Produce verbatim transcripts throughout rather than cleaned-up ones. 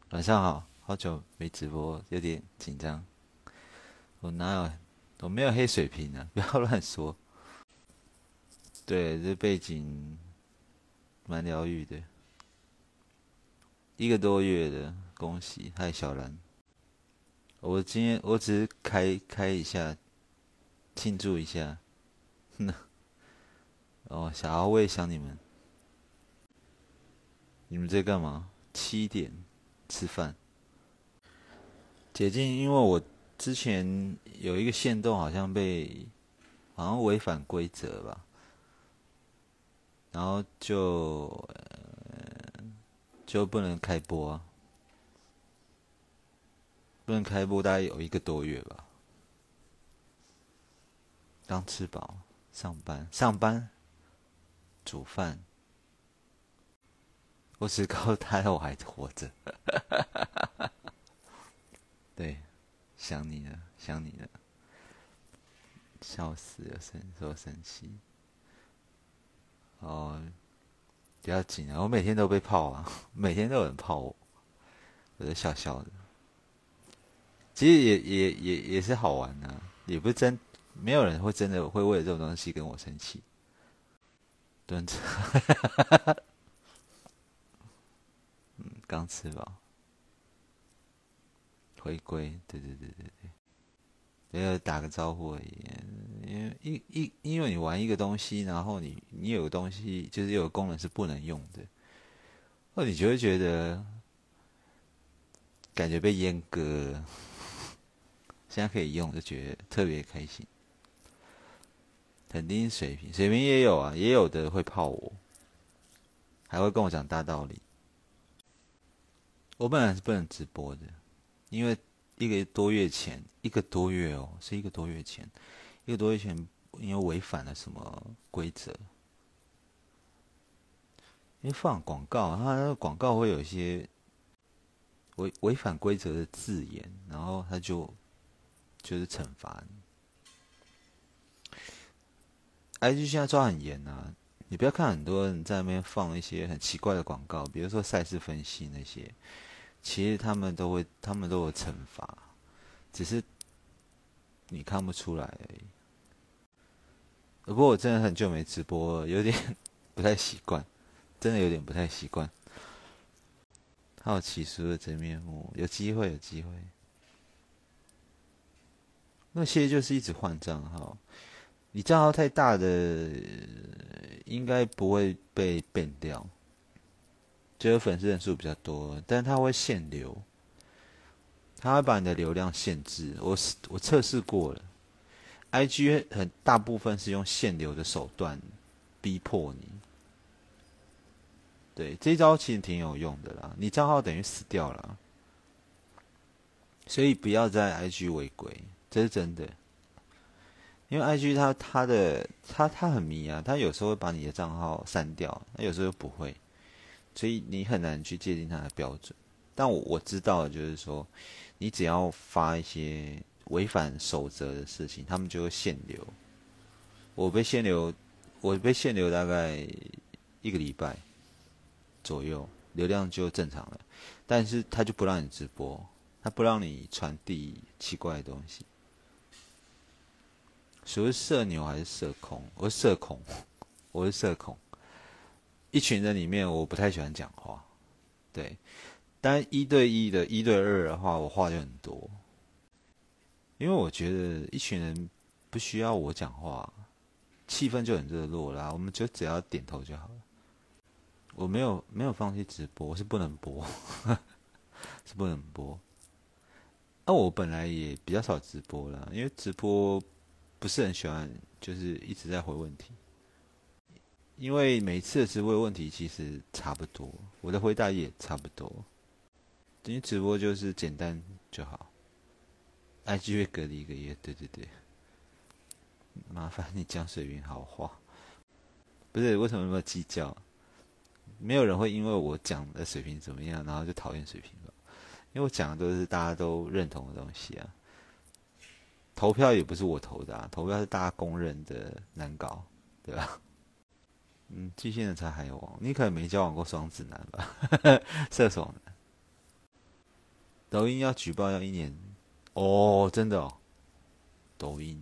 晚上好，好久没直播，有点紧张。我哪有？我没有黑水瓶啊，不要乱说。对，这背景蛮疗愈的，一个多月的，恭喜，嗨小兰。我今天我只是开开一下，庆祝一下。哦，小敖，我也想你们。你们在干嘛？七点吃饭。解禁，因为我之前有一个限动，好像被好像违反规则吧，然后就就不能开播啊，不能开播，大概有一个多月吧。刚吃饱，上班上班煮饭，我只告诉他我还活着。对，想你了，想你了，笑死了，生说生气。哦，不要紧啊，我每天都被泡啊，每天都有人泡我，我就笑笑的。其实也也也也是好玩啊，也不是真，没有人会真的会为了这种东西跟我生气。蹲着，刚吃饱，回归，对对对对。没有打个招呼而已。因为一一因为你玩一个东西，然后你你有个东西就是有个功能是不能用的，或你就会觉得感觉被阉割了，现在可以用就觉得特别开心。肯定水平，水平也有啊，也有的会泡我，还会跟我讲大道理。我本来是不能直播的，因为一个多月前，一个多月哦，是一个多月前，一个多月前，因为违反了什么规则，因为放广告，它那个广告会有一些违违反规则的字眼，然后他就就是惩罚你。I G 现在抓很严啊，你不要看很多人在那边放一些很奇怪的广告，比如说赛事分析那些，其实他们都会，他们都有惩罚，只是你看不出来而已。不过我真的很久没直播了，有点不太习惯，真的有点不太习惯。好奇书的真面目，有机会，有机会。那些就是一直换账号，你账号太大的，应该不会被 ban 掉，就是粉丝人数比较多，但它会限流，它会把你的流量限制。我我测试过了，I G 很大部分是用限流的手段逼迫你。对，这一招其实挺有用的啦，你账号等于死掉了，所以不要在 I G 违规，这是真的。因为 I G 它它的它它很迷啊，它有时候会把你的账号删掉，它有时候又不会，所以你很难去界定它的标准。但我我知道的就是说，你只要发一些违反守则的事情，他们就会限流。我被限流，我被限流大概一个礼拜左右，流量就正常了，但是他就不让你直播，他不让你传递奇怪的东西。所谓社牛还是社恐？我是社恐，我是社恐。一群人里面，我不太喜欢讲话，对。但一对一的、一对二的话，我话就很多，因为我觉得一群人不需要我讲话，气氛就很热络啦，我们就只要点头就好了。我没有没有放弃直播，我是不能播，是不能播。那、啊、我本来也比较少直播啦，因为直播不是很喜欢，就是一直在回问题。因为每次的直播的问题其实差不多，我的回答也差不多。因为直播就是简单就好。I G 会隔离一个月，对对对，麻烦你讲水平好话。不是为什么那么计较？没有人会因为我讲的水平怎么样，然后就讨厌水平吧？因为我讲的都是大家都认同的东西啊。投票也不是我投的啊，投票是大家公认的难搞，对吧？嗯，巨蟹的才还有王，你可能没交往过双子男吧？射手男。 抖音要举报要一年哦，真的哦。抖音，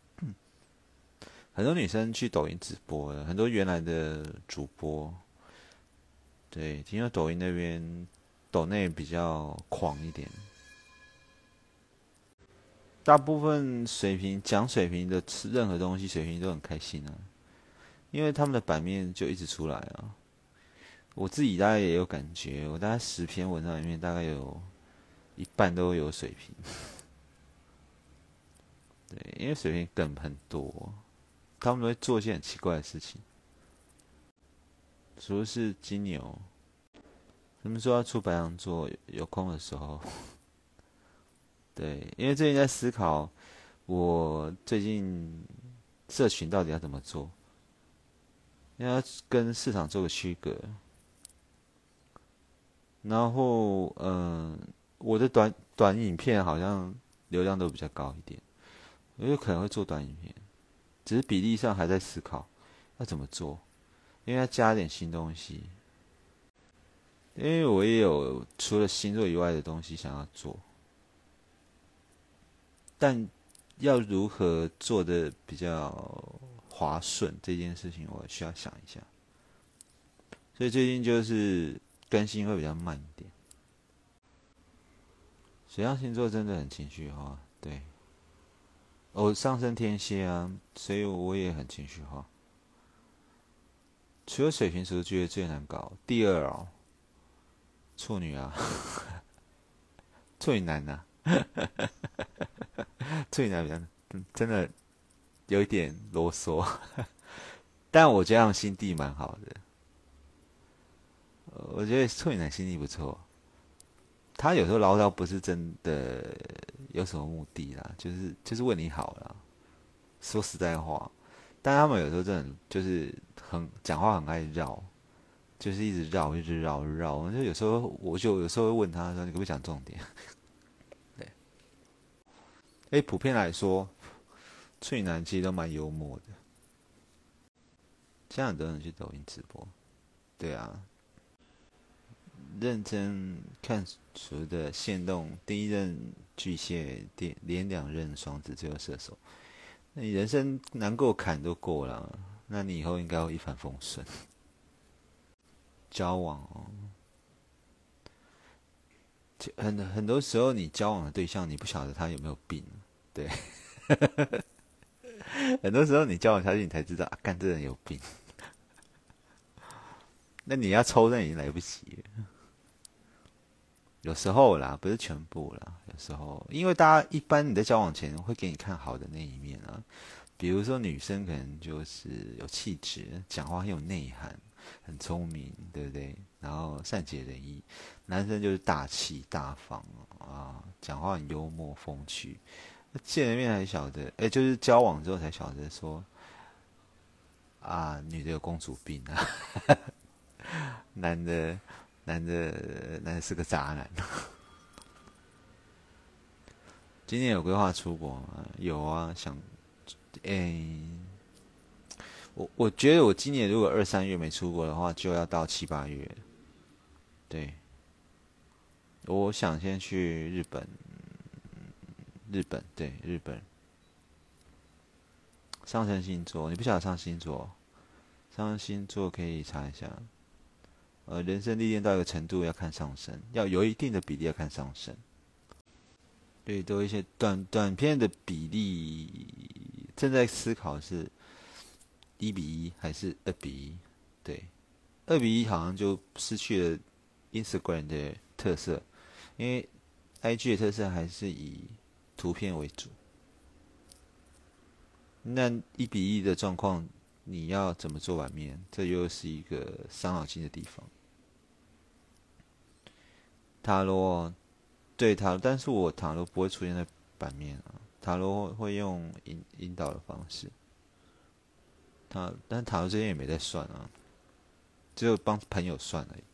很多女生去抖音直播了，很多原来的主播，对，听说抖音那边抖内比较狂一点，大部分水平讲水平的吃任何东西，水平都很开心啊，因为他们的版面就一直出来啊。我自己大概也有感觉，我大概十篇文章里面大概有一半都有水平，对，因为水平梗很多，他们都会做一些很奇怪的事情。说是金牛，他们说要出白羊座，有空的时候，对，因为最近在思考，我最近社群到底要怎么做，因为要跟市场做个区隔。然后，嗯、呃，我的短短影片好像流量都比较高一点，我有可能会做短影片，只是比例上还在思考要怎么做，因为要加点新东西。因为我也有除了星座以外的东西想要做，但要如何做的比较滑顺这件事情，我需要想一下。所以最近就是更新会比较慢一点。水象星座真的很情绪化，对，我上升天蝎啊，所以我也很情绪化。除了水瓶座，觉得最难搞。第二哦，处女啊，处女男啊，处女男比较真的有一点啰嗦，但我觉得他们心地蛮好的。我觉得处女男心地不错，他有时候唠叨不是真的有什么目的啦，就是就是为你好啦。说实在话，但他们有时候真的就是很讲话很爱绕，就是一直绕，一直绕绕。就有时候我就有时候会问他说：“你可不可以讲重点？”对，哎，普遍来说，处女男其实都蛮幽默的。现在很多人去抖音直播，对啊，认真看所谓的限动，第一任巨蟹，连连两任双子，最后射手。那你人生难过坎都过了，那你以后应该会一帆风顺。交往哦，很很多时候你交往的对象，你不晓得他有没有病，对。很多时候你交往下去，你才知道啊，干这人有病。那你要抽，那已经来不及了。有时候啦，不是全部啦，有时候，因为大家一般你在交往前会给你看好的那一面啊，比如说女生可能就是有气质，讲话很有内涵，很聪明，对不对？然后善解人意。男生就是大气大方啊，讲话很幽默风趣。见了面才晓得，哎，就是交往之后才晓得说，啊，女的有公主病啊，男的，男的，男的是个渣男。今年有规划出国吗？有啊，想，诶，我我觉得我今年如果二三月没出国的话，就要到七八月。对，我想先去日本，日本对日本。上升星座，你不晓得上星座？上升星座可以查一下。呃，人生历练到一个程度要看上升，要有一定的比例要看上升。对，都有一些短短片的比例，正在思考是一比一还是二比一？对，二比一好像就失去了 Instagram 的特色，因为 I G 的特色还是以图片为主。那一比一的状况，你要怎么做版面？这又是一个伤脑筋的地方。塔罗，对塔罗，但是我塔罗不会出现在版面啊，塔罗会用引引导的方式。塔，但塔罗这边也没在算啊，只有帮朋友算而已。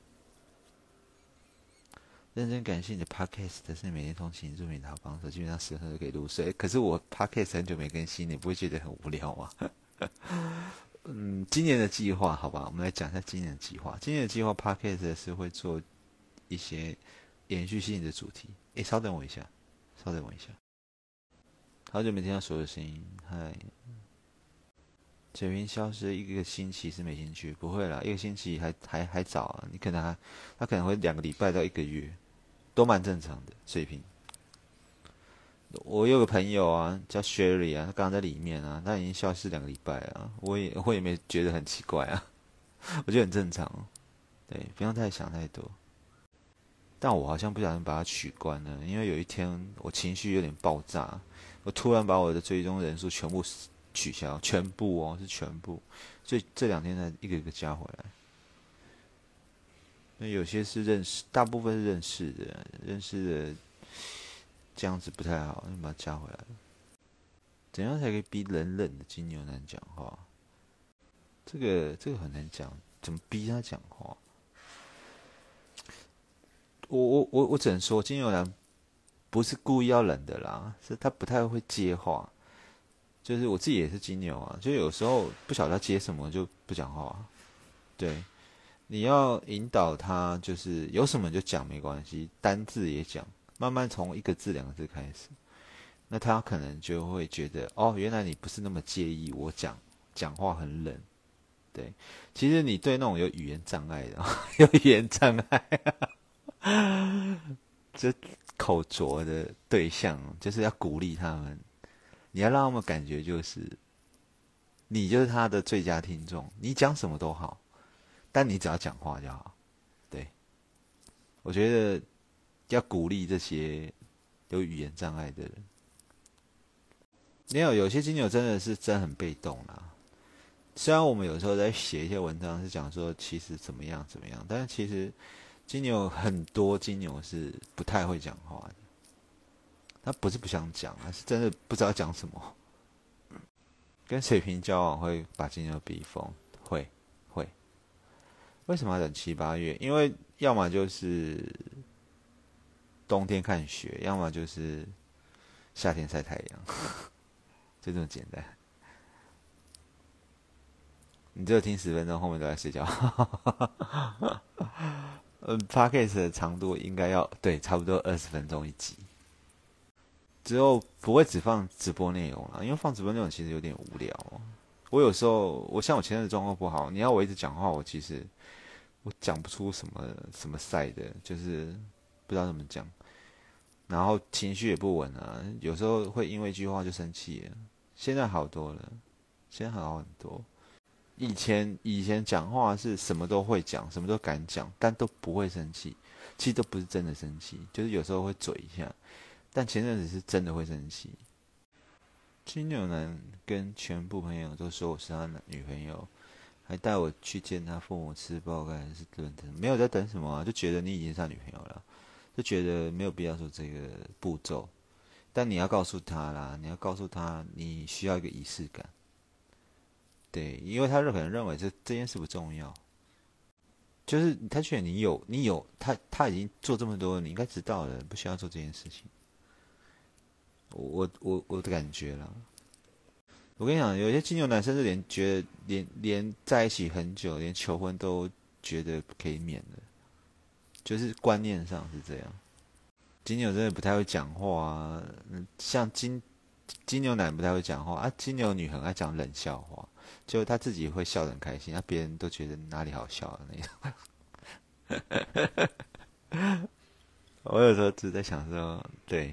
认真感谢你的 podcast， 是每天通勤入眠的好帮手，基本上十分钟就可以入睡。可是我 podcast 很久没更新，你不会觉得很无聊吗？嗯，今年的计划，好吧，我们来讲一下今年的计划。今年的计划 podcast 是会做一些延续性的主题。诶，稍等我一下，稍等我一下。好久没听到所有声音，嗨。水瓶消失一个星期是没兴趣，不会啦，一个星期还还还早啊，你可能还他可能会两个礼拜到一个月，都蛮正常的。水瓶，我有个朋友啊，叫 Sherry 啊，他刚刚在里面啊，他已经消失两个礼拜啊，我也我也没觉得很奇怪啊，我觉得很正常，对，不用太想太多。但我好像不小心把它取关了，因为有一天我情绪有点爆炸，我突然把我的追踪人数全部取消，全部哦，是全部，所以这两天才一个一个加回来。那有些是认识，大部分是认识的，认识的这样子不太好，就把它加回来了。怎样才可以逼冷冷的金牛男讲话？这个这个很难讲，怎么逼他讲话？我我我我只能说，金牛男不是故意要冷的啦，是他不太会接话。就是我自己也是金牛啊，就有时候不晓得他接什么就不讲话啊。对，你要引导他，就是有什么就讲没关系，单字也讲，慢慢从一个字两个字开始，那他可能就会觉得，哦，原来你不是那么介意我讲讲话很冷。对，其实你对那种有语言障碍的，有语言障碍，就口拙的对象，就是要鼓励他们，你要让他们感觉就是你就是他的最佳听众，你讲什么都好，但你只要讲话就好。对，我觉得要鼓励这些有语言障碍的人。没有，有些金牛真的是真的很被动啦。虽然我们有时候在写一些文章是讲说其实怎么样怎么样，但是其实金牛很多金牛是不太会讲话的。他不是不想讲，而是真的不知道讲什么。跟水瓶交往会把金牛逼疯，会会。为什么要等七八月？因为要么就是冬天看雪，要么就是夏天晒太阳，就这么简单。你只有听十分钟，后面都在睡觉。嗯 ，Podcast 的长度应该要对，差不多二十分钟一集。之后不会只放直播内容了，因为放直播内容其实有点无聊。我有时候，我像我前阵子状况不好，你要我一直讲话，我其实我讲不出什么什么赛的，就是不知道怎么讲。然后情绪也不稳啊，有时候会因为一句话就生气了。现在好多了，现在好很多。以前以前讲话是什么都会讲，什么都敢讲，但都不会生气。其实都不是真的生气，就是有时候会嘴一下。但前阵子是真的会生气。金牛男跟全部朋友都说我是他女朋友，还带我去见他父母吃爆盖还是等等，没有在等什么啊，就觉得你已经是他女朋友了，就觉得没有必要做这个步骤。但你要告诉他啦，你要告诉他你需要一个仪式感。对，因为他可能认为这这件事不重要，就是他觉得你有你有他他已经做这么多，你应该知道了，不需要做这件事情。我我我的感觉啦，我跟你讲，有些金牛男生是连觉得连连在一起很久，连求婚都觉得可以免的，就是观念上是这样。金牛真的不太会讲话啊，像金金牛男不太会讲话啊，金牛女很爱讲冷笑话，就他自己会笑得很开心，啊，别人都觉得哪里好笑的那种。我有时候只是在想说，对，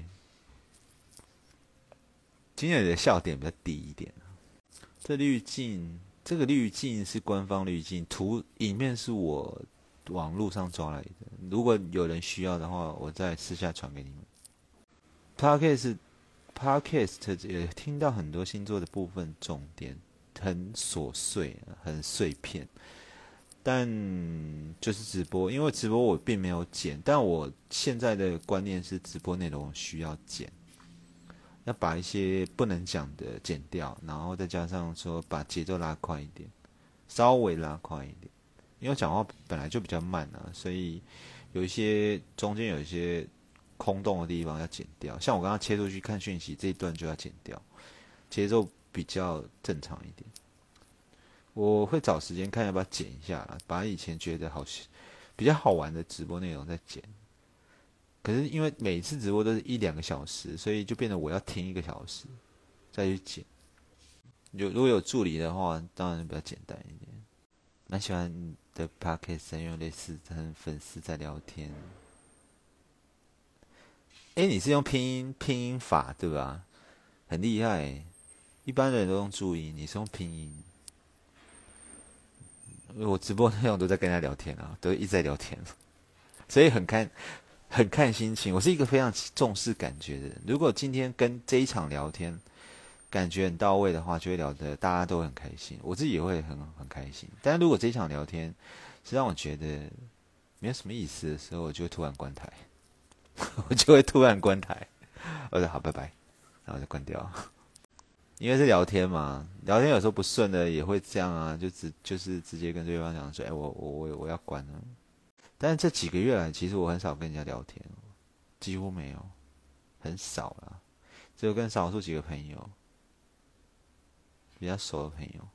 金牛的笑点比较低一点。这滤镜，这个滤镜是官方滤镜，图影片是我网络上抓来的。如果有人需要的话，我再私下传给你们。Podcast Podcast 也听到很多星座的部分重点，很琐碎，很碎片。但就是直播，因为直播我并没有剪，但我现在的观念是直播内容需要剪。要把一些不能讲的剪掉，然后再加上说把节奏拉快一点，稍微拉快一点。因为讲话本来就比较慢啊，所以有一些中间有一些空洞的地方要剪掉。像我刚刚切出去看讯息这一段就要剪掉，节奏比较正常一点。我会找时间看要不要剪一下啦，把以前觉得好比较好玩的直播内容再剪。 可是因为每次直播都是一两个小时，所以就变得我要听一个小时再去剪。有如果有助理的话，当然比较简单一点。蛮喜欢你的 podcast， 因为类似跟粉丝在聊天。哎，你是用拼音拼音法对吧？很厉害欸，一般人都用注音，你是用拼音。我直播内容都在跟他聊天啊，都一直在聊天，所以很看很看心情。我是一个非常重视感觉的人，如果今天跟这一场聊天感觉很到位的话，就会聊得大家都很开心，我自己也会很很开心。但是如果这一场聊天是让我觉得没有什么意思的时候，我就会突然关台，我就会突然关台。我说好，拜拜，然后就关掉。因为是聊天嘛，聊天有时候不顺的也会这样啊，就直就是直接跟对方讲说，哎，我我我我要关了。但是这几个月来，其实我很少跟人家聊天，几乎没有，很少啦，只有跟少数几个朋友，比较熟的朋友。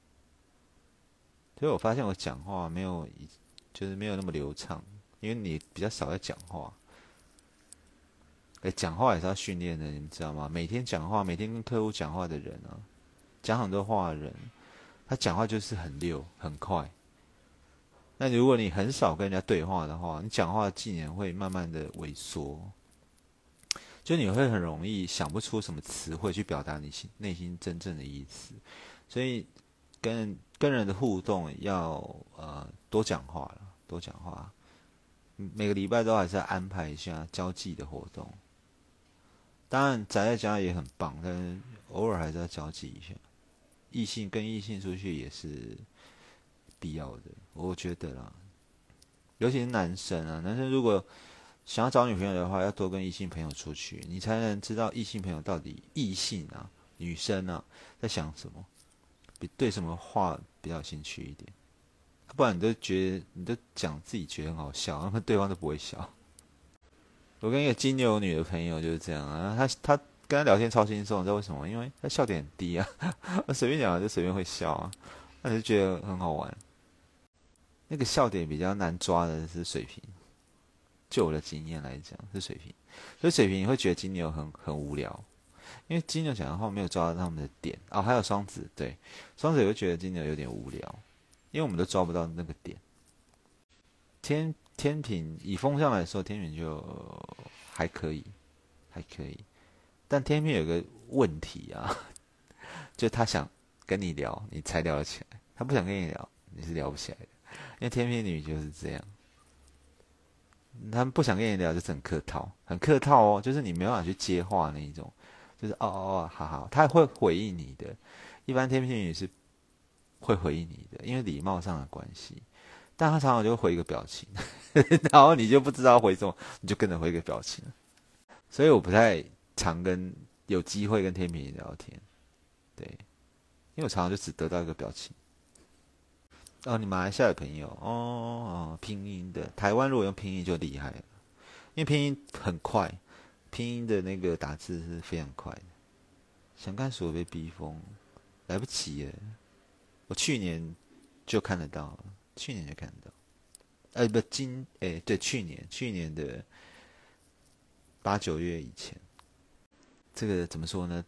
所以我发现我讲话没有，就是没有那么流畅，因为你比较少在讲话。哎，讲话也是要训练的，你们知道吗？每天讲话，每天跟客户讲话的人啊，讲很多话的人，他讲话就是很溜、很快。那如果你很少跟人家对话的话，你讲话的技能会慢慢的萎缩，就你会很容易想不出什么词汇去表达你心内心真正的意思。所以跟跟人的互动要呃多讲话了，多讲话。每个礼拜都还是要安排一下交际的活动。当然宅在家也很棒，但是偶尔还是要交际一下。异性跟异性出去也是必要的，我觉得啦。尤其是男生啊，男生如果想要找女朋友的话，要多跟异性朋友出去，你才能知道异性朋友到底异性啊、女生啊在想什么，比对什么话比较有兴趣一点。不然你都觉得你都讲自己觉得很好笑，那么对方都不会笑。我跟一个金牛女的朋友就是这样啊，她她跟她聊天超轻松，你知道为什么？因为她笑点很低啊，我随便讲就随便会笑啊，那就觉得很好玩。那个笑点比较难抓的是水瓶，就我的经验来讲是水瓶，所以水瓶你会觉得金牛很很无聊，因为金牛讲的话没有抓到他们的点哦。还有双子，对，双子也会觉得金牛有点无聊，因为我们都抓不到那个点。天天平以风向来说，天平就还可以，还可以。但天平有个问题啊，就他想跟你聊，你才聊得起来；他不想跟你聊，你是聊不起来的。因为天平女就是这样，他们不想跟你聊，就是很客套，很客套哦，就是你没办法去接话那一种，就是哦哦哦，好好，他会回应你的。一般天平女是会回应你的，因为礼貌上的关系。但他常常就会回一个表情，然后你就不知道回什么，你就跟着回一个表情。所以我不太常跟有机会跟天平女聊天，对，因为我常常就只得到一个表情。哦，你马来西亚的朋友哦哦，拼音的，台湾如果用拼音就厉害了，因为拼音很快，拼音的那个打字是非常快的。想看鼠被逼疯，来不及耶，我去年就看得到了，去年就看得到，呃不今诶对去年去年的八九月以前，这个怎么说呢？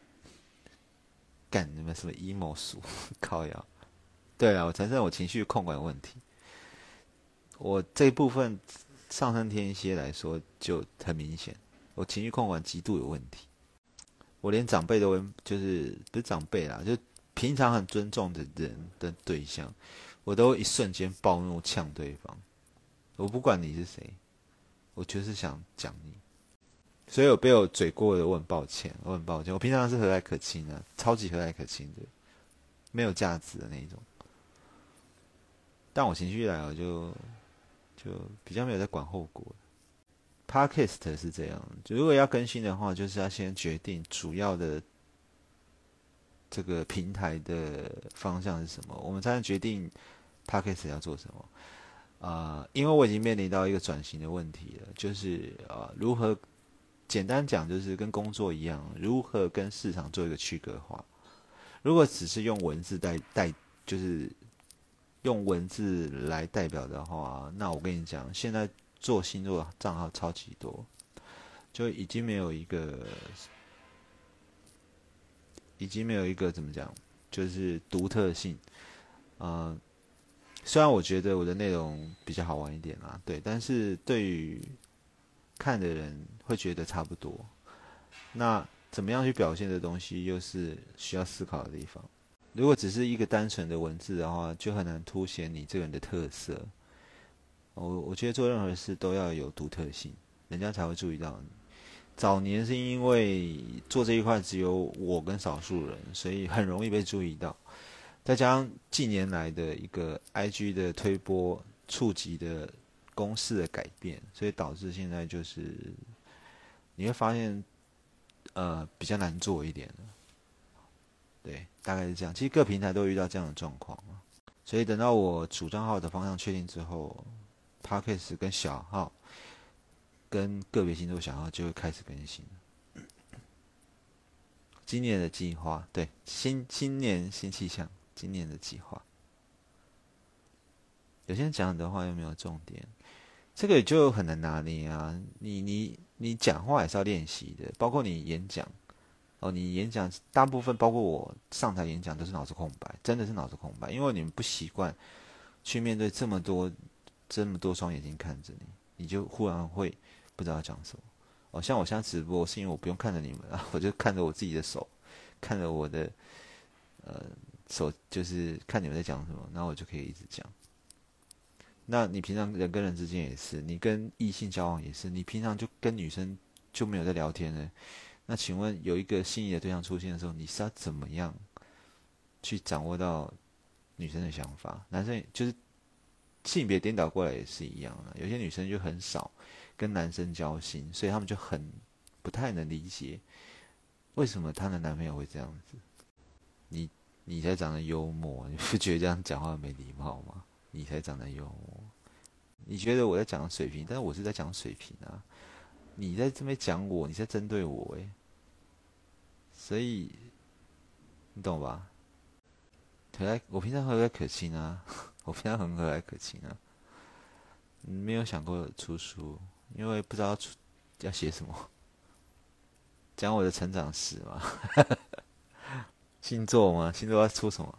干你们什么 emo 鼠靠腰？对啊，我承认我情绪控管有问题。我这一部分上升天蝎来说就很明显，我情绪控管极度有问题。我连长辈都会，就是不是长辈啦，就平常很尊重的人的对象，我都一瞬间暴怒呛对方。我不管你是谁，我就是想讲你。所以我被我嘴过的，我很抱歉，我很抱歉。我平常是和蔼可亲的，超级和蔼可亲的，没有架子的那一种。但我情绪一来，我就就比较没有在管后果。Podcast 是这样，如果要更新的话，就是要先决定主要的这个平台的方向是什么，我们才能决定 Podcast 要做什么。呃，因为我已经面临到一个转型的问题了，就是呃，如何简单讲，就是跟工作一样，如何跟市场做一个区隔化。如果只是用文字代代，就是用文字来代表的话，那我跟你讲，现在做星座账号超级多，就已经没有一个，已经没有一个怎么讲，就是独特性。呃，虽然我觉得我的内容比较好玩一点啦，对，但是对于看的人会觉得差不多。那怎么样去表现的东西，又是需要思考的地方。如果只是一个单纯的文字的话，就很难凸显你这个人的特色。我我觉得做任何事都要有独特性，人家才会注意到你。早年是因为做这一块只有我跟少数人，所以很容易被注意到。再加上近年来的一个 I G 的推播触及的公式的改变，所以导致现在就是你会发现，呃，比较难做一点了。对，大概是这样。其实各平台都遇到这样的状况，所以等到我主账号的方向确定之后 ，Podcast 跟小号跟个别星座小号就会开始更新了。今年的计划，对，新新年新气象，今年的计划。有些人讲的话又没有重点，这个就很难拿捏啊。你你你讲话也是要练习的，包括你演讲。哦，你演讲大部分包括我上台演讲都是脑子空白，真的是脑子空白，因为你们不习惯去面对这么多这么多双眼睛看着你，你就忽然会不知道讲什么。哦，像我现在直播是因为我不用看着你们啊，我就看着我自己的手，看着我的呃手，就是看你们在讲什么，然后我就可以一直讲。那你平常人跟人之间也是，你跟异性交往也是，你平常就跟女生就没有在聊天呢。那请问有一个心仪的对象出现的时候，你是要怎么样去掌握到女生的想法？男生就是性别颠倒过来也是一样的，有些女生就很少跟男生交心，所以他们就很不太能理解为什么她的男朋友会这样子。你你才长得幽默，你不觉得这样讲话没礼貌吗？你才长得幽默，你觉得我在讲水平，但是我是在讲水平啊。你在这边讲我，你在针对我哎，所以你懂吧？和蔼，我平常和蔼可亲啊，我平常很和蔼可亲啊。没有想过出书，因为不知道出要写什么，讲我的成长史嘛，星座吗？星座要出什么？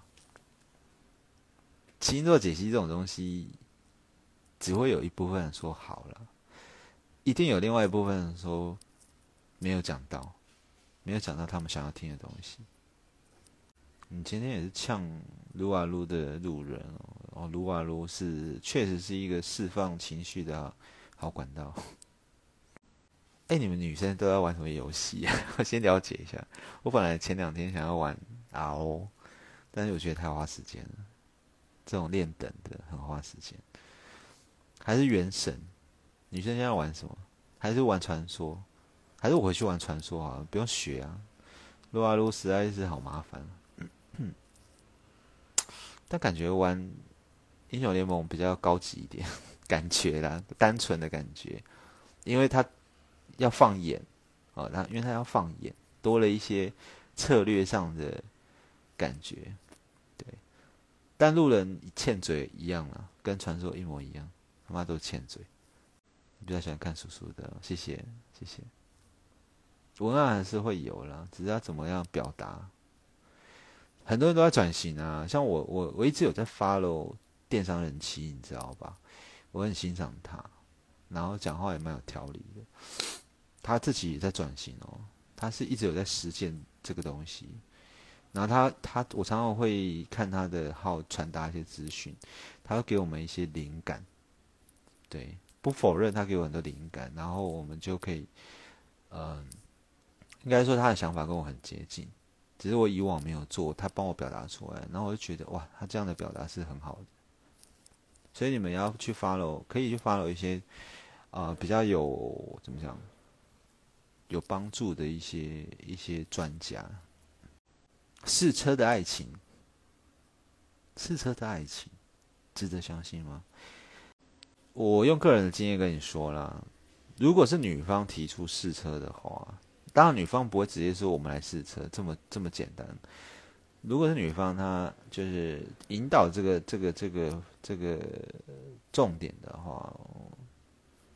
星座解析这种东西，只会有一部分人说好了。一定有另外一部分人说没有讲到，没有讲到他们想要听的东西。你今天也是呛撸啊撸的路人哦，撸啊撸是确实是一个释放情绪的好管道。哎、欸，你们女生都要玩什么游戏啊？我先了解一下。我本来前两天想要玩 R O， 但是我觉得太花时间了，这种练等的很花时间。还是原神？女生现在玩什么？还是玩传说？还是我回去玩传说好了，不用学啊。撸啊撸实在是好麻烦。嗯，但感觉玩英雄联盟比较高级一点，感觉啦，单纯的感觉，因为它要放眼哦，它因为它要放眼，多了一些策略上的感觉。对，但路人欠嘴一样啦，跟传说一模一样，他妈都欠嘴。比较喜欢看叔叔的，谢谢谢谢。文案还是会有啦，只是要怎么样表达。很多人都在转型啊，像我我我一直有在 follow 电商人妻，你知道吧？我很欣赏他，然后讲话也蛮有条理的。他自己也在转型哦，他是一直有在实践这个东西。然后他他我常常会看他的号传达一些资讯，他会给我们一些灵感。对，不否认他给我很多灵感，然后我们就可以，嗯、呃，应该说他的想法跟我很接近。只是我以往没有做，他帮我表达出来，然后我就觉得哇，他这样的表达是很好的。所以你们要去 follow， 可以去 follow 一些啊、呃、比较有怎么讲有帮助的一些一些专家。试车的爱情，试车的爱情，值得相信吗？我用个人的经验跟你说啦，如果是女方提出试车的话，当然女方不会直接说我们来试车这么这么简单。如果是女方，她就是引导这个这个这个这个重点的话，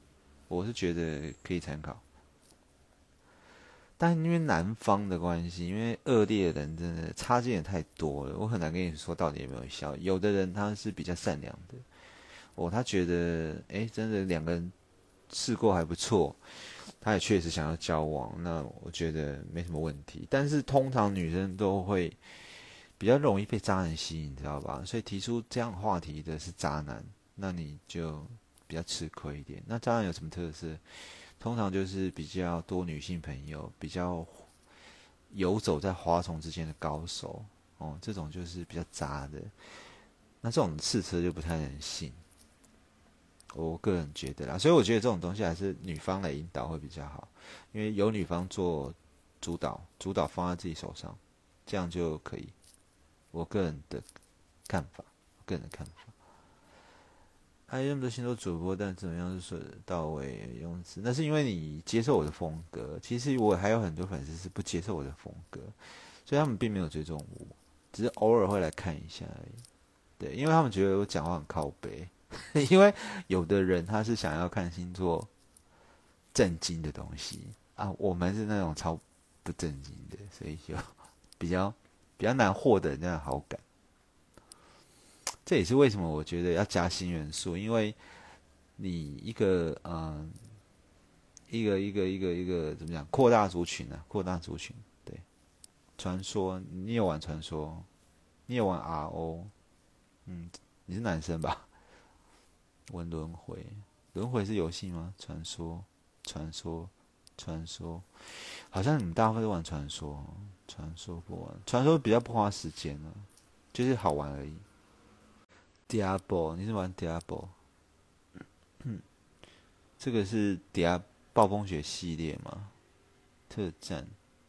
我是觉得可以参考。但因为南方的关系，因为恶劣的人真的差劲也太多了，我很难跟你说到底有没有效。有的人他是比较善良的，哦，他觉得哎，真的两个人试过还不错，他也确实想要交往，那我觉得没什么问题。但是通常女生都会比较容易被渣男吸引，你知道吧？所以提出这样话题的是渣男，那你就比较吃亏一点。那渣男有什么特色？通常就是比较多女性朋友，比较游走在花丛之间的高手哦，这种就是比较渣的。那这种刺车就不太能信，我个人觉得啦。所以我觉得这种东西还是女方来引导会比较好，因为由女方做主导，主导放在自己手上，这样就可以。我个人的看法，个人的看法。还有那么多星座主播，但怎么样是说到位用词？那是因为你接受我的风格。其实我还有很多粉丝是不接受我的风格，所以他们并没有追踪我，只是偶尔会来看一下而已。对，因为他们觉得我讲话很靠北。因为有的人他是想要看星座正经的东西啊，我们是那种超不正经的，所以就比较比较难获得人家的好感。这也是为什么我觉得要加新元素，因为你一个嗯，一个一个一个一个怎么讲，扩大族群啊，扩大族群。对，传说你有玩传说，你有玩 R O， 嗯，你是男生吧？玩轮回，轮回是游戏吗？传说，传说，传说，好像你们大部分都玩传说，传说不玩，传说比较不花时间啊，就是好玩而已。Diablo， 你是玩 Diablo？ 嗯，这个是 Diablo 暴风雪系列吗？特战。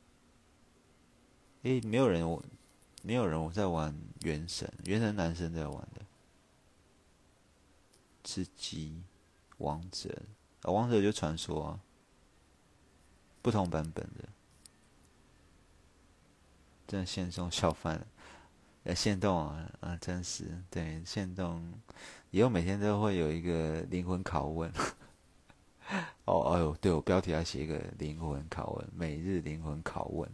诶，没有人我，没有人我在玩原神，原神男生在玩的。吃鸡，王者，啊，王者就传说啊，不同版本的。真的限动笑翻了，呃，限动啊啊，真实对限动，以后每天都会有一个灵魂拷问。哦，哎呦，对我标题要写一个灵魂拷问，每日灵魂拷问，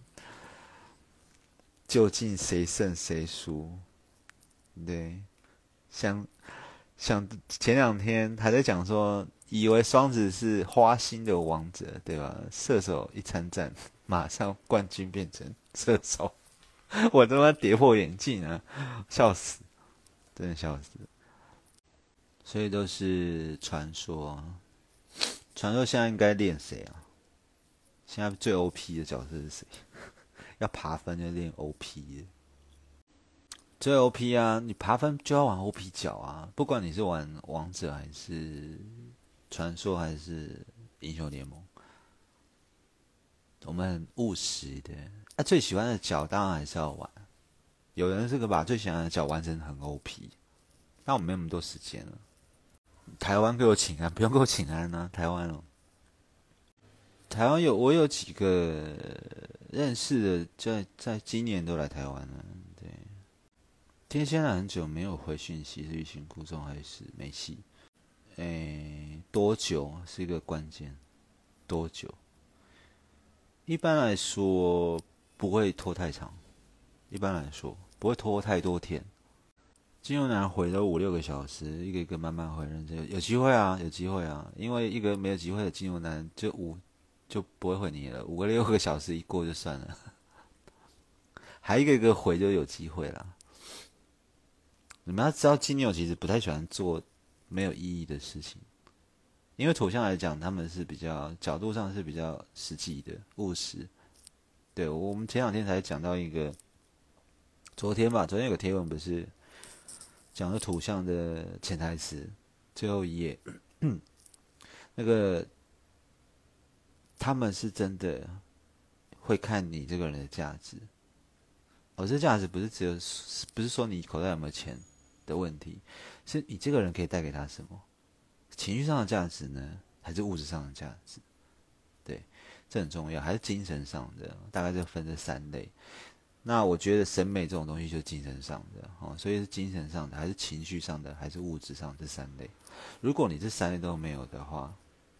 究竟谁胜谁输？对，像像前两天还在讲说，以为双子是花心的王者，对吧？射手一参战，马上冠军变成射手，我他妈跌破眼镜啊，笑死，真的笑死。所以都是传说啊，传说现在应该练谁啊？现在最 O P 的角色是谁？要爬分就练 O P 的。最 O P 啊，你爬分就要玩 O P 角啊，不管你是玩王者还是传说还是英雄联盟，我们很务实的。啊，最喜欢的角当然还是要玩。有人是个把最喜欢的角玩成很 O P， 但我没那么多时间了。台湾给我请安，不用给我请安啊，台湾哦。台湾有我有几个认识的在，在今年都来台湾了。对，天蝎男很久没有回讯息，是欲擒故纵还是没戏？诶，多久是一个关键？多久？一般来说不会拖太长，一般来说不会拖太多天。金牛男回了五六个小时，一个一个慢慢回，认真有机会啊，有机会啊，因为一个没有机会的金牛男就五就不会回你了，五个六个小时一过就算了，还一个一个回就有机会了。你们要知道，金牛其实不太喜欢做没有意义的事情，因为土象来讲，他们是比较角度上是比较实际的、务实。对，我们前两天才讲到一个，昨天吧，昨天有个贴文不是讲了土象的潜台词，最后一页，那个他们是真的会看你这个人的价值。哦，这价值不是只有，不是说你口袋有没有钱的问题，是你这个人可以带给他什么？情绪上的价值呢，还是物质上的价值？对，这很重要，还是精神上的？大概就分这三类。那我觉得审美这种东西就是精神上的，哦，所以是精神上的，还是情绪上的，还是物质上的这三类。如果你这三类都没有的话，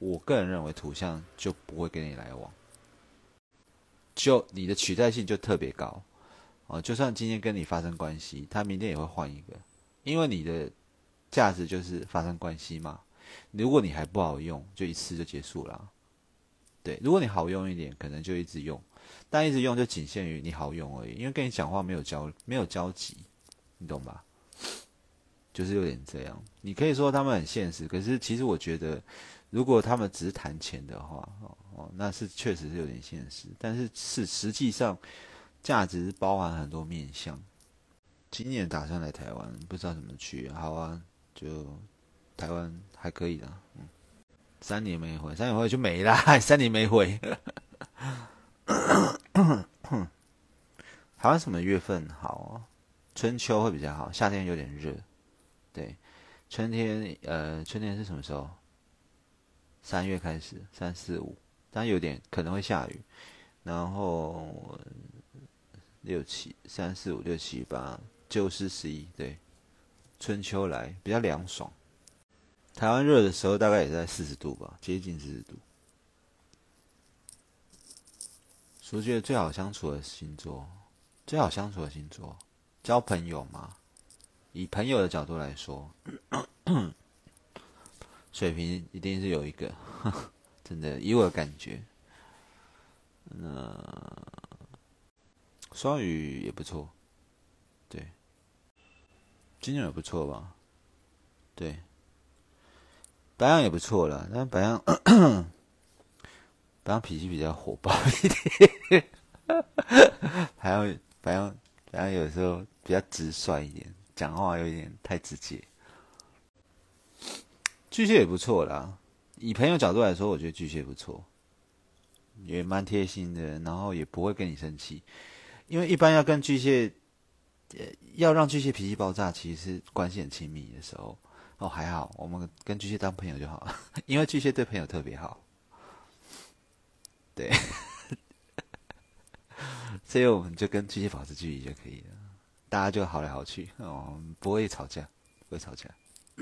我个人认为土象就不会跟你来往，就你的取代性就特别高哦。就算今天跟你发生关系，他明天也会换一个，因为你的价值就是发生关系嘛。如果你还不好用，就一次就结束了。对，如果你好用一点，可能就一直用，但一直用就仅限于你好用而已，因为跟你讲话没有交没有交集，你懂吧？就是有点这样。你可以说他们很现实，可是其实我觉得，如果他们只是谈钱的话，哦哦，那是确实是有点现实，但是是实际上价值包含很多面向。今年打算来台湾，不知道怎么去。好啊，就台湾还可以的。嗯，三年没回，三年回就没啦，三年没回。台湾什么月份好啊？春秋会比较好，夏天有点热。对，春天呃，春天是什么时候？三月开始，三四五，但有点可能会下雨。然后六七，三四五六七八，九十十一，对，春秋来比较凉爽。台湾热的时候大概也在四十度吧，接近四十度。我觉得最好相处的星座，最好相处的星座，交朋友嘛。以朋友的角度来说，水瓶一定是有一个，真的，以我的感觉，那双鱼也不错，对，金牛也不错吧，对，白羊也不错啦，但白羊白羊脾气比较火爆一点，还有白羊白羊有时候比较直率一点，讲话有点太直接。巨蟹也不错啦，以朋友角度来说，我觉得巨蟹不错，也蛮贴心的，然后也不会跟你生气，因为一般要跟巨蟹，呃，要让巨蟹脾气爆炸，其实是关系很亲密的时候。哦，还好，我们跟巨蟹当朋友就好了，因为巨蟹对朋友特别好，对，所以我们就跟巨蟹保持距离就可以了，大家就好来好去，哦，不会吵架，不会吵架，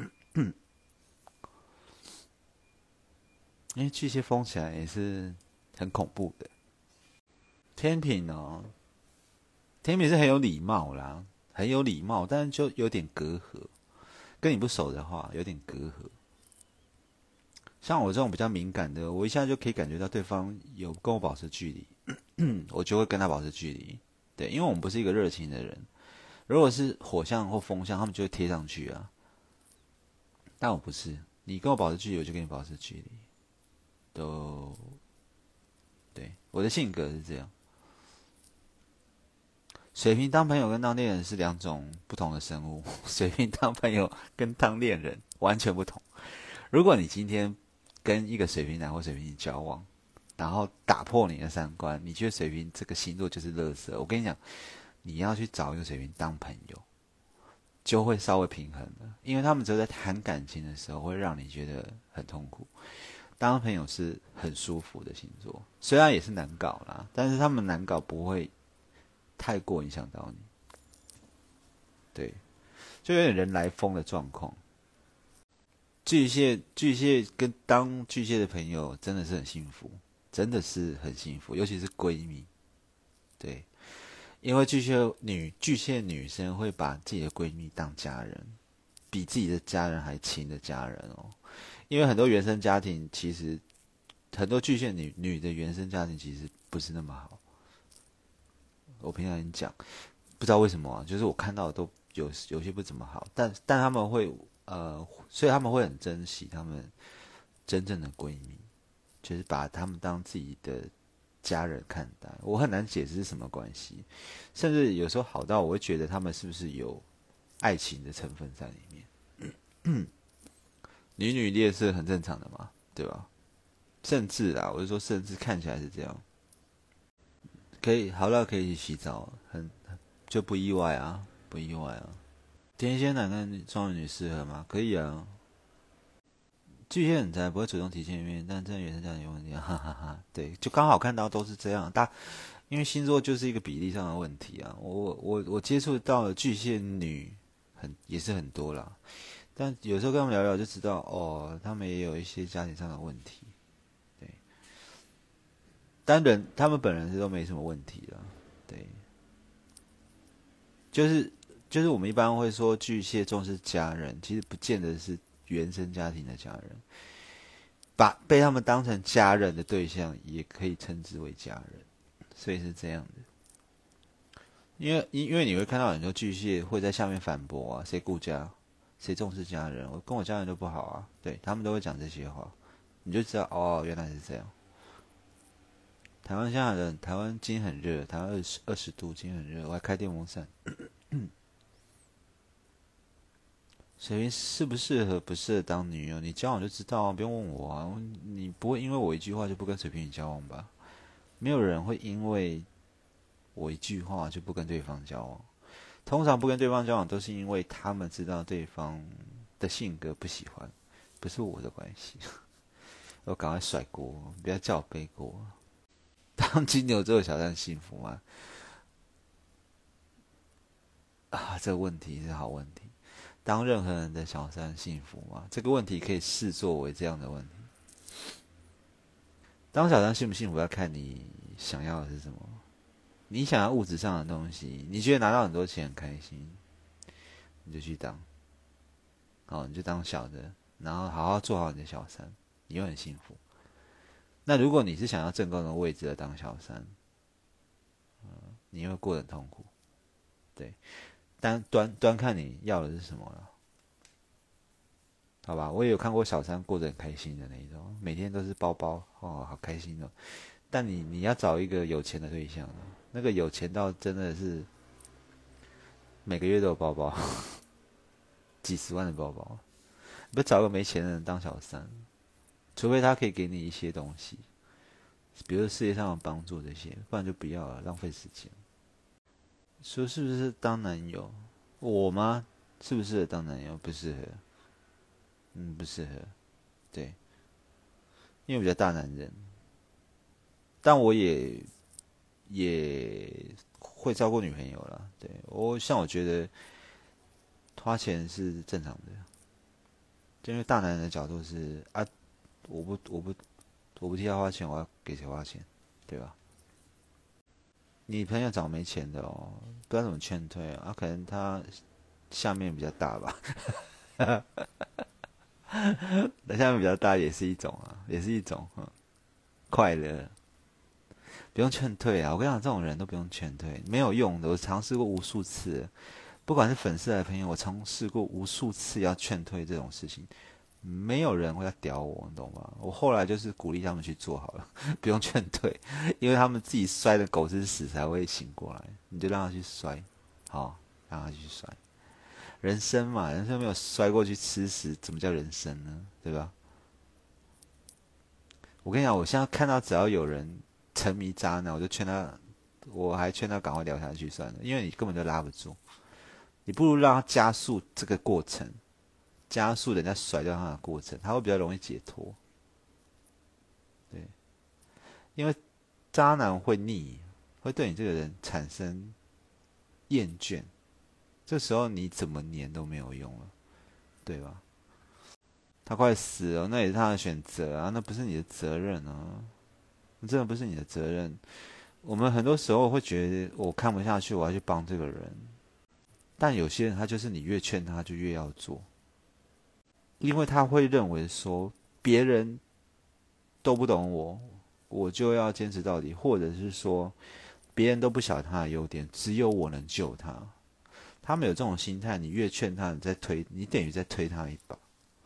因为巨蟹疯起来也是很恐怖的。天平哦，天平是很有礼貌啦，很有礼貌，但是就有点隔阂。跟你不熟的话，有点隔阂。像我这种比较敏感的，我一下就可以感觉到对方有跟我保持距离，我就会跟他保持距离。对，因为我们不是一个热情的人。如果是火象或风象，他们就会贴上去啊。但我不是，你跟我保持距离，我就跟你保持距离。都对，我的性格是这样。水瓶当朋友跟当恋人是两种不同的生物。水瓶当朋友跟当恋人完全不同。如果你今天跟一个水瓶男或水瓶女交往，然后打破你的三观，你觉得水瓶这个星座就是垃圾，我跟你讲，你要去找一个水瓶当朋友，就会稍微平衡了，因为他们只有在谈感情的时候会让你觉得很痛苦。当朋友是很舒服的星座，虽然也是难搞啦，但是他们难搞不会太过影响到你，对，就有点人来疯的状况。巨蟹，巨蟹跟当巨蟹的朋友真的是很幸福，真的是很幸福，尤其是闺蜜，对，因为巨蟹女巨蟹女生会把自己的闺蜜当家人，比自己的家人还亲的家人哦。因为很多原生家庭其实很多巨蟹女女的原生家庭其实不是那么好。我平常跟你讲，不知道为什么啊，就是我看到的都有有些不怎么好，但但他们会呃，所以他们会很珍惜他们真正的闺蜜，就是把他们当自己的家人看待。我很难解释是什么关系，甚至有时候好到我会觉得他们是不是有爱情的成分在里面。女女恋是很正常的嘛，对吧？甚至啊，我是说，甚至看起来是这样，可以好到可以一起洗澡，很就不意外啊，不意外啊。天蝎男跟双鱼女适合吗？可以啊。巨蟹很宅，不会主动提见面，但真的原生家庭有问题，哈哈哈。对，就刚好看到都是这样，大因为星座就是一个比例上的问题啊。我我我接触到的巨蟹女很也是很多啦，但有时候跟他们聊聊就知道，哦，他们也有一些家庭上的问题。 但人他们本人是都没什么问题了，对，就是就是我们一般会说巨蟹重视家人，其实不见得是原生家庭的家人，把被他们当成家人的对象也可以称之为家人，所以是这样的。因为因为你会看到很多巨蟹会在下面反驳啊，谁顾家，谁重视家人，我跟我家人都不好啊，对他们都会讲这些话，你就知道哦，原来是这样。台湾现在的台湾今天很热，台湾二十二十度，今天很热，我还开电风扇。水瓶适不适合不适合当女友，你交往就知道啊，不用问我啊，你不会因为我一句话就不跟水瓶女交往吧？没有人会因为我一句话就不跟对方交往。通常不跟对方交往都是因为他们知道对方的性格不喜欢，不是我的关系。我赶快甩锅，不要叫我背锅。当金牛座的小三幸福吗？啊，这个问题是好问题。当任何人的小三幸福吗？这个问题可以视作为这样的问题。当小三幸不幸福要看你想要的是什么。你想要物质上的东西，你觉得拿到很多钱很开心，你就去当。好，你就当小的，然后好好做好你的小三，你会很幸福。那如果你是想要正宫的位置的当小三，嗯，你会过得很痛苦。对，但端端看你要的是什么了。好吧，我也有看过小三过得很开心的那一种，每天都是包包哦，好开心哦。但你你要找一个有钱的对象，那个有钱到真的是每个月都有包包，几十万的包包。你不找个没钱的人当小三，除非他可以给你一些东西，比如事业上的帮助这些，不然就不要了，浪费时间。说是不是当男友？我吗？适不适合当男友？不适合，嗯，不适合。对，因为我比较大男人，但我也也会照顾女朋友啦。对我，像我觉得花钱是正常的，就因为大男人的角度是啊，我不我不我不替他花钱，我要给谁花钱，对吧？你朋友找没钱的哦，不知道怎么劝退啊，啊可能他下面比较大吧，那下面比较大也是一种啊，也是一种、嗯、快乐，不用劝退啊！我跟你讲，这种人都不用劝退，没有用的。我尝试过无数次，不管是粉丝还是朋友，我尝试过无数次要劝退这种事情，没有人会要屌我，你懂吗？我后来就是鼓励他们去做好了，不用劝退，因为他们自己摔的狗吃屎才会醒过来，你就让他去摔，好，让他去摔。人生嘛，人生没有摔过去吃屎，怎么叫人生呢？对吧？我跟你讲，我现在看到只要有人沉迷渣男，我就劝他，我还劝他赶快聊下去算了，因为你根本就拉不住，你不如让他加速这个过程，加速人家甩掉他的过程，他会比较容易解脱。对，因为渣男会腻，会对你这个人产生厌倦，这时候你怎么黏都没有用了，对吧？他快死了，那也是他的选择啊，那不是你的责任啊，那真的不是你的责任。我们很多时候会觉得我看不下去，我要去帮这个人，但有些人他就是你越劝他就越要做，因为他会认为说别人都不懂我，我就要坚持到底，或者是说别人都不晓得他的优点，只有我能救他。他们有这种心态，你越劝他，你在推，你等于在推他一把，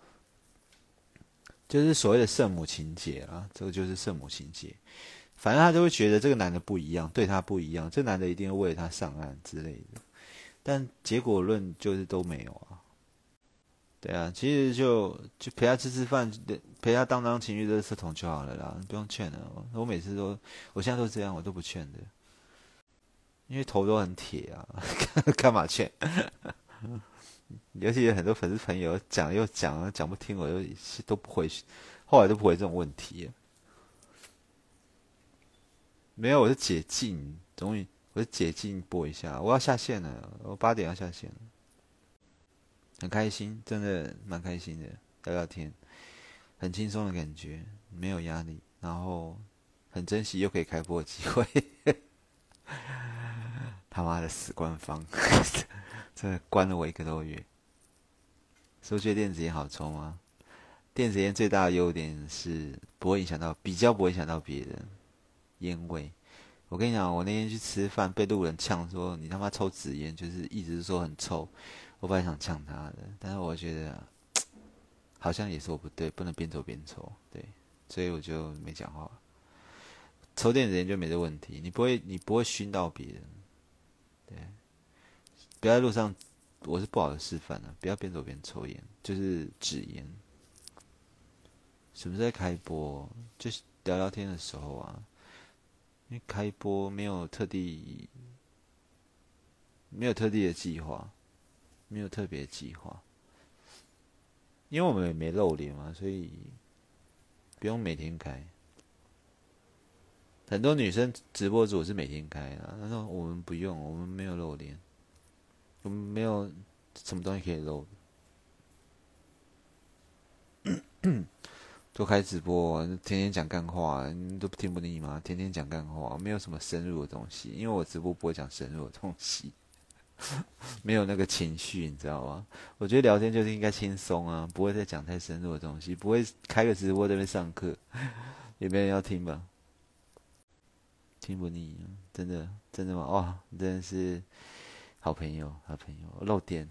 就是所谓的圣母情节啊，这个就是圣母情节。反正他就会觉得这个男的不一样，对他不一样，这男的一定会为了他上岸之类的。但结果论就是都没有啊。对啊，其实就就陪他吃吃饭，陪他当当情侣垃圾桶就好了啦，不用劝了。我每次都，我现在都这样，我都不劝的，因为头都很铁啊，干嘛劝？尤其有很多粉丝朋友讲又讲，讲不听，我就都不回，后来都不回这种问题。没有，我是解禁，终于我是解禁播一下，我要下线了，我八点要下线了，很开心，真的蛮开心的，聊聊天，很轻松的感觉，没有压力，然后很珍惜又可以开播的机会。他妈的死官方，真的关了我一个多月。说觉得电子烟好抽吗？电子烟最大的优点是不会影响到，比较不会影响到别人烟味。我跟你讲，我那天去吃饭，被路人呛说你他妈抽纸烟，就是一直说很臭。我本来想呛他的，但是我觉得好像也是我不对，不能边走边抽，对，所以我就没讲话。抽电子烟就没这问题，你不会你不会熏到别人，对，不要在路上，我是不好的示范啊，不要边走边抽烟，就是纸烟。什么时候在开播？就是聊聊天的时候啊。因为开播没有特地，没有特地的计划，没有特别的计划，因为我们也没露脸嘛，所以不用每天开。很多女生直播主是每天开的，她说我们不用，我们没有露脸，我们没有什么东西可以露。多开直播，天天讲干话，你都听不腻吗？天天讲干话，没有什么深入的东西，因为我直播不会讲深入的东西，没有那个情绪，你知道吗？我觉得聊天就是应该轻松啊，不会再讲太深入的东西，不会开个直播在那边上课，也没人要听吧？听不腻，真的真的吗？哇，你真的是好朋友，好朋友，漏电。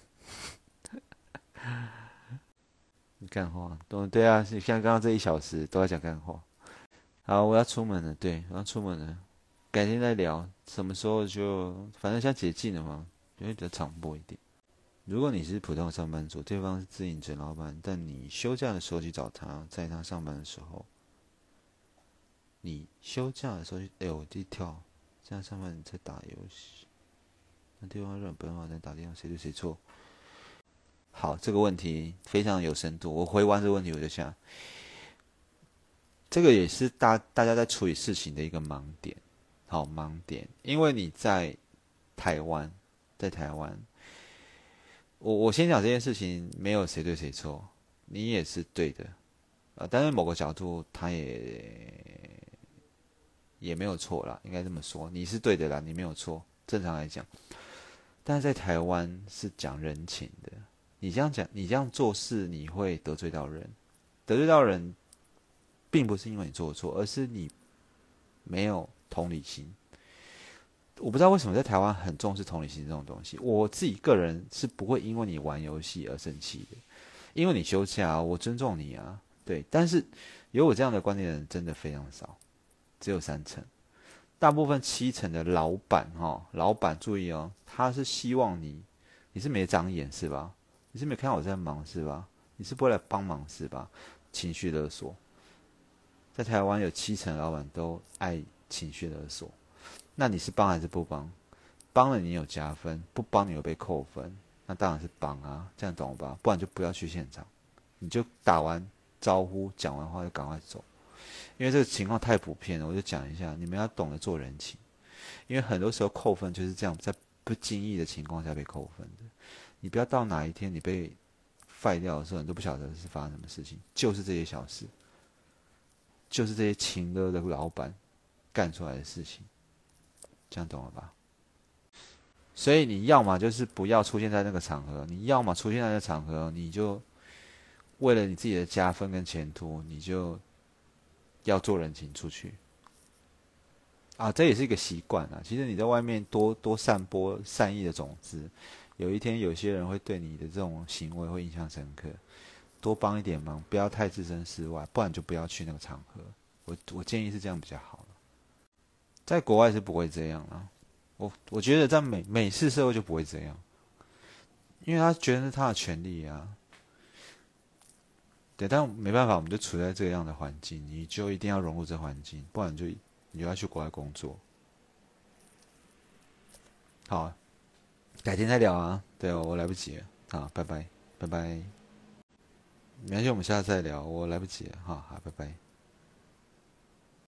干话，对对啊，像刚刚这一小时都在讲干话。好，我要出门了，对，我要出门了，改天再聊，什么时候就反正现在解禁了嘛，就会比较长播一点。如果你是普通的上班族，对方是自营者老板，但你休假的时候去找他，在他上班的时候，你休假的时候去，哎呦，我一跳，这样上班你在打游戏，那对方让本人在打电话，谁对谁错？好，这个问题非常有深度。我回完这个问题我就想，这个也是大大家在处理事情的一个盲点。好，盲点，因为你在台湾，在台湾，我我先讲这件事情，没有谁对谁错，你也是对的，啊，但是某个角度他也也没有错啦，应该这么说，你是对的啦，你没有错，正常来讲。但是在台湾是讲人情的。你这样讲，你这样做事，你会得罪到人。得罪到人，并不是因为你做错，而是你没有同理心。我不知道为什么在台湾很重视同理心这种东西。我自己个人是不会因为你玩游戏而生气的，因为你休假啊，我尊重你啊，对。但是有我这样的观点的人真的非常少，只有三成。大部分七成的老板哦，老板注意哦，他是希望你，你是没长眼是吧？你是没看到我在忙是吧？你是不会来帮忙是吧？情绪勒索，在台湾有七成的老板都爱情绪勒索。那你是帮还是不帮？帮了你有加分，不帮你有被扣分，那当然是帮啊，这样懂了吧？不然就不要去现场，你就打完招呼讲完话就赶快走。因为这个情况太普遍了，我就讲一下，你们要懂得做人情。因为很多时候扣分就是这样，在不经意的情况下被扣分的。你不要到哪一天你被废掉的时候，你都不晓得是发生什么事情，就是这些小事，就是这些情勒的老板干出来的事情，这样懂了吧？所以你要么就是不要出现在那个场合，你要么出现在那个场合，你就为了你自己的加分跟前途，你就要做人情出去。啊，这也是一个习惯啊。其实你在外面多多散播善意的种子，有一天有些人会对你的这种行为会印象深刻。多帮一点忙，不要太置身事外，不然就不要去那个场合。我我建议是这样比较好。在国外是不会这样啦，我我觉得在美美式社会就不会这样，因为他觉得是他的权利啊。对，但没办法，我们就处在这样的环境，你就一定要融入这环境，不然就你就要去国外工作。好，改天再聊啊。对哦，我来不及了。好，拜拜，拜拜。没关系，我们下次再聊。我来不及了。好好，拜拜。